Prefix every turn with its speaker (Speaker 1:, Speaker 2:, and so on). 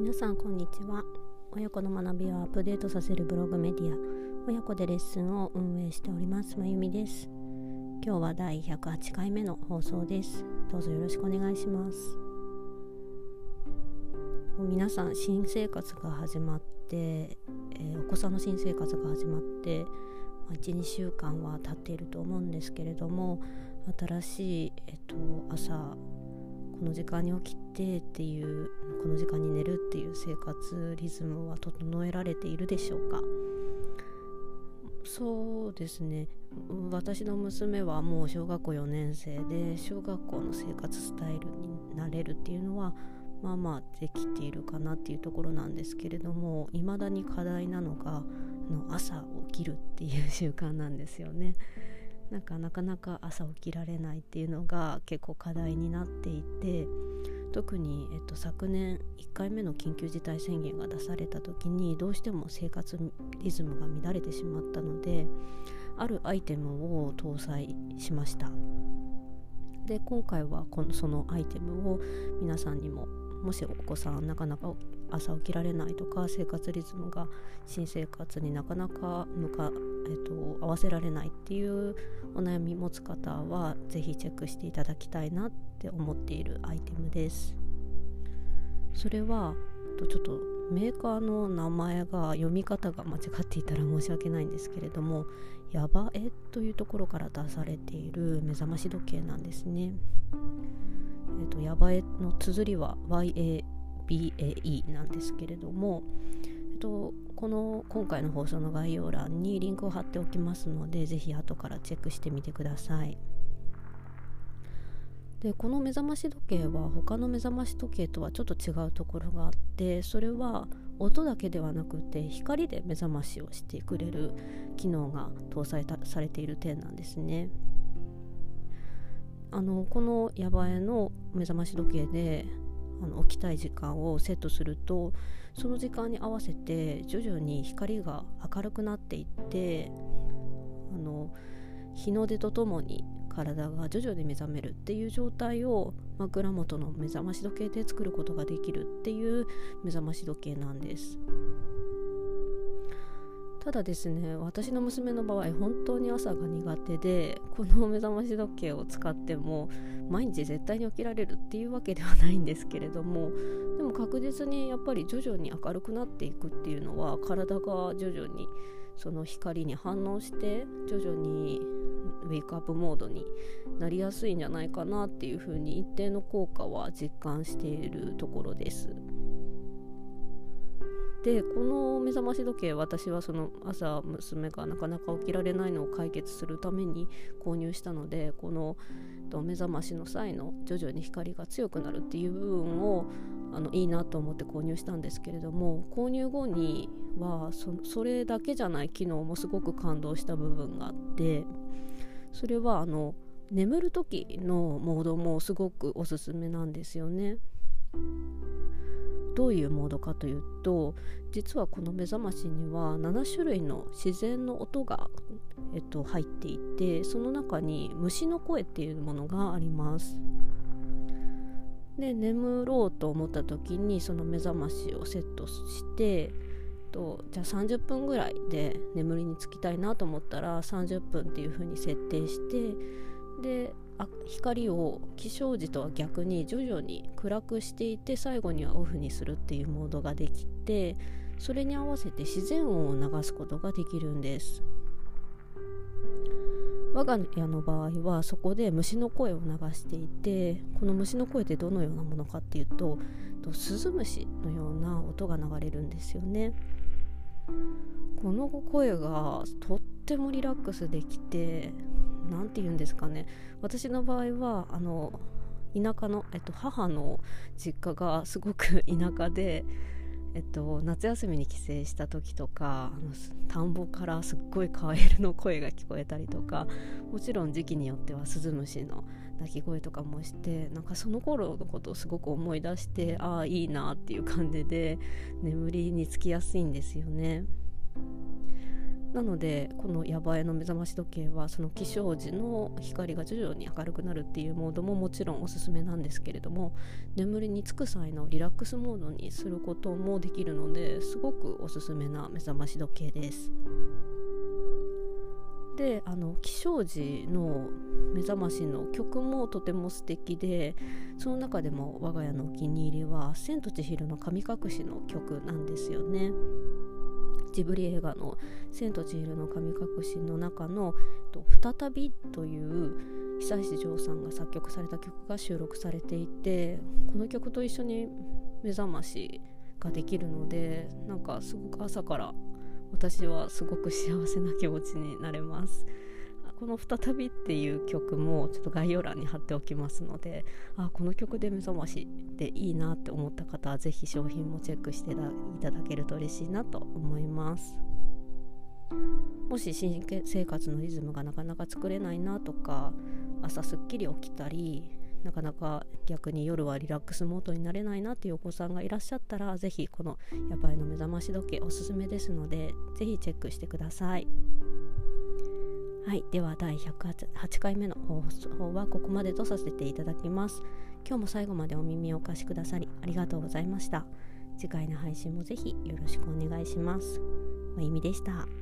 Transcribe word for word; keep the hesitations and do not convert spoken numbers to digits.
Speaker 1: 皆さんこんにちは。親子の学びをアップデートさせるブログメディア親子でレッスンを運営しておりますまゆみです。今日はだいひゃくはちかいめの放送です。どうぞよろしくお願いします。皆さん新生活が始まって、えー、お子さんの新生活が始まって、まあ、いち、にしゅうかんは経っていると思うんですけれども、新しい、えっと、朝この時間に起きてっていうこの時間に寝るっていう生活リズムは整えられているでしょうか。そうですね、私の娘はもう小学校よねんせいで、小学校の生活スタイルになれるっていうのはまあまあできているかなっていうところなんですけれども、未だに課題なのがあの朝起きるっていう習慣なんですよね。なんかなかなか朝起きられないっていうのが結構課題になっていて、特に、えっと、昨年いっかいめの緊急事態宣言が出された時にどうしても生活リズムが乱れてしまったので、あるアイテムを搭載しました。で今回はこのそのアイテムを皆さんにも、もしお子さんなかなか朝起きられないとか、生活リズムが新生活になかなか向か、えっと、合わせられないっていうお悩み持つ方はぜひチェックしていただきたいなって思っているアイテムです。それはちょっとメーカーの名前が読み方が間違っていたら申し訳ないんですけれども、ヤバエというところから出されている目覚まし時計なんですね。えっと、ヤバエの綴りは ワイエービーエーイー なんですけれども、えっと、この今回の放送の概要欄にリンクを貼っておきますので、ぜひ後からチェックしてみてください。でこの目覚まし時計は他の目覚まし時計とはちょっと違うところがあって、それは音だけではなくて光で目覚ましをしてくれる機能が搭載されている点なんですね。あのこのヤバエの目覚まし時計であの起きたい時間をセットすると、その時間に合わせて徐々に光が明るくなっていって、あの日の出とともに体が徐々に目覚めるっていう状態を枕元の目覚まし時計で作ることができるっていう目覚まし時計なんです。ただですね、私の娘の場合本当に朝が苦手で、この目覚まし時計を使っても毎日絶対に起きられるっていうわけではないんですけれども、でも確実にやっぱり徐々に明るくなっていくっていうのは、体が徐々にその光に反応して徐々にウェイクアップモードになりやすいんじゃないかなっていうふうに一定の効果は実感しているところです。でこの目覚まし時計、私はその朝娘がなかなか起きられないのを解決するために購入したので、この目覚ましの際の徐々に光が強くなるっていう部分をあのいいなと思って購入したんですけれども、購入後には そ, それだけじゃない機能もすごく感動した部分があって、それはあの眠る時のモードもすごくおすすめなんですよね。どういうモードかというと、実はこの目覚ましにはななしゅるいの自然の音が、えっと、入っていて、その中に虫の声っていうものがあります。で眠ろうと思った時にその目覚ましをセットしてと、じゃあさんじゅっぷんぐらいで眠りにつきたいなと思ったらさんじゅっぷんっていう風に設定して、であ光を起床時とは逆に徐々に暗くしていて、最後にはオフにするっていうモードができて、それに合わせて自然音を流すことができるんです。我が家の場合はそこで虫の声を流していて、この虫の声ってどのようなものかっていうと、スズムシのような音が流れるんですよね。この声がとってもリラックスできて、なんて言うんですかね、私の場合はあの田舎の、えっと、母の実家がすごく田舎で、えっと、夏休みに帰省した時とか、あの田んぼからすっごいカエルの声が聞こえたりとか、もちろん時期によってはスズムシの鳴き声とかもして、なんかその頃のことをすごく思い出して、ああいいなっていう感じで眠りにつきやすいんですよね。 なのでこのヤバエの目覚まし時計はその起床時の光が徐々に明るくなるっていうモードももちろんおすすめなんですけれども、眠りにつく際のリラックスモードにすることもできるのですごくおすすめな目覚まし時計です。で、あの起床時の目覚ましの曲もとても素敵で、その中でも我が家のお気に入りは千と千尋の神隠しの曲なんですよね。ジブリ映画の千と千尋の神隠しの中の再びという久石譲さんが作曲された曲が収録されていて、この曲と一緒に目覚ましができるので、なんかすごく朝から私はすごく幸せな気持ちになれます。この再びっていう曲もちょっと概要欄に貼っておきますので、あ、この曲で目覚ましでいいなって思った方はぜひ商品もチェックしていただけると嬉しいなと思います。もし新生活のリズムがなかなか作れないなとか、朝すっきり起きたりなかなか逆に夜はリラックスモードになれないなっていうお子さんがいらっしゃったら、ぜひこのヤバエの目覚まし時計おすすめですので、ぜひチェックしてください。はい、ではだいひゃくはちかいめの放送はここまでとさせていただきます。今日も最後までお耳をお貸しくださりありがとうございました。次回の配信もぜひよろしくお願いします。まゆみでした。